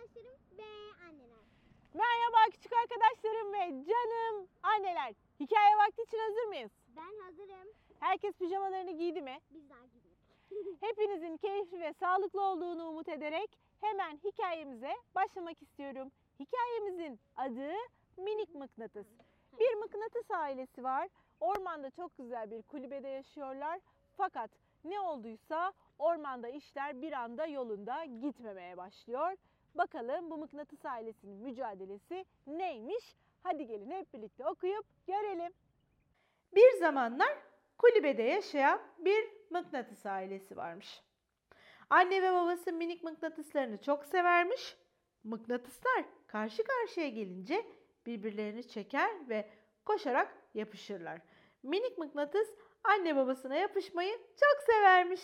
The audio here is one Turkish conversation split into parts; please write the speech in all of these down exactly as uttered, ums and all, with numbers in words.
arkadaşlarım ve anneler. Merhaba küçük arkadaşlarım ve canım anneler. Hikaye vakti için hazır mıyız? Ben hazırım. Herkes pijamalarını giydi mi? Biz daha gidiyoruz. Hepinizin keyifli ve sağlıklı olduğunu umut ederek hemen hikayemize başlamak istiyorum. Hikayemizin adı Minik Mıknatıs. Bir mıknatıs ailesi var. Ormanda çok güzel bir kulübede yaşıyorlar. Fakat ne olduysa ormanda işler bir anda yolunda gitmemeye başlıyor. Bakalım bu mıknatıs ailesinin mücadelesi neymiş? Hadi gelin hep birlikte okuyup görelim. Bir zamanlar kulübede yaşayan bir mıknatıs ailesi varmış. Anne ve babası minik mıknatıslarını çok severmiş. Mıknatıslar karşı karşıya gelince birbirlerini çeker ve koşarak yapışırlar. Minik mıknatıs anne babasına yapışmayı çok severmiş.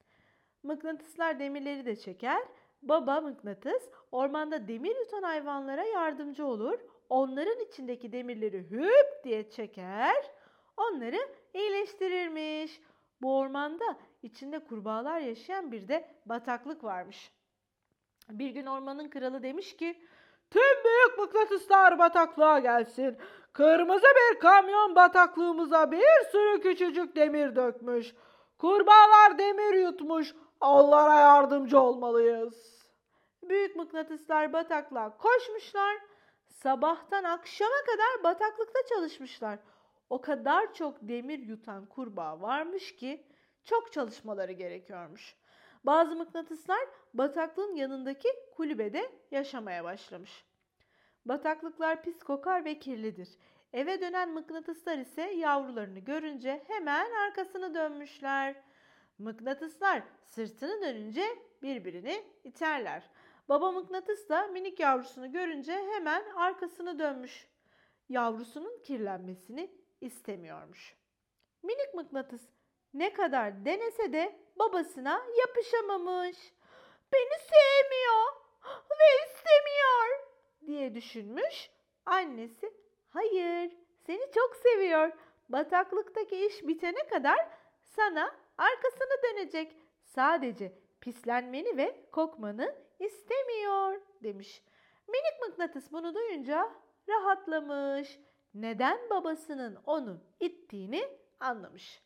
Mıknatıslar demirleri de çeker. Baba mıknatıs ormanda demir yutan hayvanlara yardımcı olur. Onların içindeki demirleri hüp diye çeker. Onları iyileştirirmiş. Bu ormanda içinde kurbağalar yaşayan bir de bataklık varmış. Bir gün ormanın kralı demiş ki, "Tüm büyük mıknatıslar bataklığa gelsin. Kırmızı bir kamyon bataklığımıza bir sürü küçücük demir dökmüş. Kurbağalar demir yutmuş. Onlara yardımcı olmalıyız." Büyük mıknatıslar bataklığa koşmuşlar. Sabahtan akşama kadar bataklıkta çalışmışlar. O kadar çok demir yutan kurbağa varmış ki çok çalışmaları gerekiyormuş. Bazı mıknatıslar bataklığın yanındaki kulübede yaşamaya başlamış. Bataklıklar pis kokar ve kirlidir. Eve dönen mıknatıslar ise yavrularını görünce hemen arkasını dönmüşler. Mıknatıslar sırtını dönünce birbirini iterler. Baba mıknatıs da minik yavrusunu görünce hemen arkasını dönmüş. Yavrusunun kirlenmesini istemiyormuş. Minik mıknatıs ne kadar denese de babasına yapışamamış. "Beni sevmiyor ve istemiyor," diye düşünmüş. Annesi, "Hayır, seni çok seviyor. Bataklıktaki iş bitene kadar sana arkasını dönecek. Sadece pislenmeni ve kokmanı istemiyor," demiş. Minik mıknatıs bunu duyunca rahatlamış. Neden babasının onu ittiğini anlamış.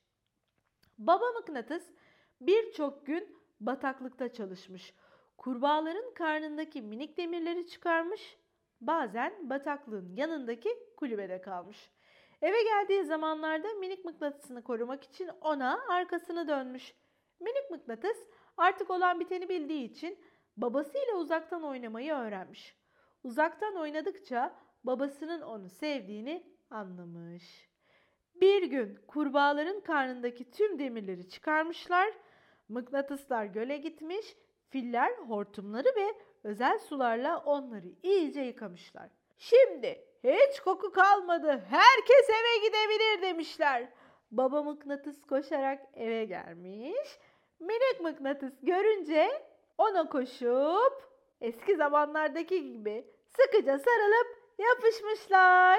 Baba mıknatıs birçok gün bataklıkta çalışmış. Kurbağaların karnındaki minik demirleri çıkarmış. Bazen bataklığın yanındaki kulübede kalmış. Eve geldiği zamanlarda minik mıknatısını korumak için ona arkasını dönmüş. Minik mıknatıs artık olan biteni bildiği için babasıyla uzaktan oynamayı öğrenmiş. Uzaktan oynadıkça babasının onu sevdiğini anlamış. Bir gün kurbağaların karnındaki tüm demirleri çıkarmışlar. Mıknatıslar göle gitmiş, filler hortumları ve özel sularla onları iyice yıkamışlar. "Şimdi hiç koku kalmadı, herkes eve gidebilir," demişler. Baba mıknatıs koşarak eve gelmiş. Minik mıknatıs görünce ona koşup eski zamanlardaki gibi sıkıca sarılıp yapışmışlar.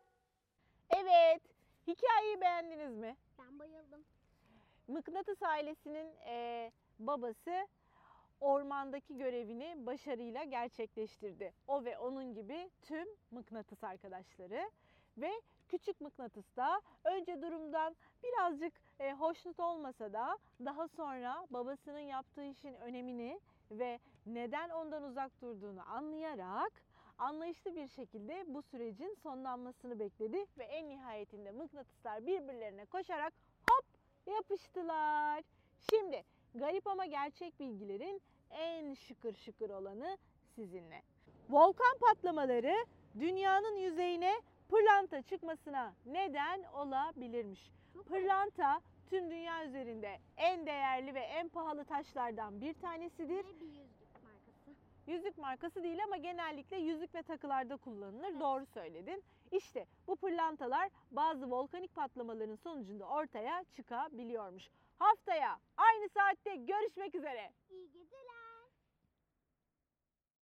Evet, hikayeyi beğendiniz mi? Ben bayıldım. Mıknatıs ailesinin e, babası ormandaki görevini başarıyla gerçekleştirdi. O ve onun gibi tüm mıknatıs arkadaşları ve küçük mıknatıs da önce durumdan birazcık e, hoşnut olmasa da daha sonra babasının yaptığı işin önemini ve neden ondan uzak durduğunu anlayarak anlayışlı bir şekilde bu sürecin sonlanmasını bekledi ve en nihayetinde mıknatıslar birbirlerine koşarak hop yapıştılar. Şimdi garip ama gerçek bilgilerin en şıkır şıkır olanı sizinle. Volkan patlamaları dünyanın yüzeyine pırlanta çıkmasına neden olabilirmiş. Pırlanta tüm dünya üzerinde en değerli ve en pahalı taşlardan bir tanesidir. Ve bir yüzük markası. Yüzük markası değil ama genellikle yüzük ve takılarda kullanılır. Evet. Doğru söyledin. İşte bu pırlantalar bazı volkanik patlamaların sonucunda ortaya çıkabiliyormuş. Haftaya aynı saatte görüşmek üzere. İyi geceler.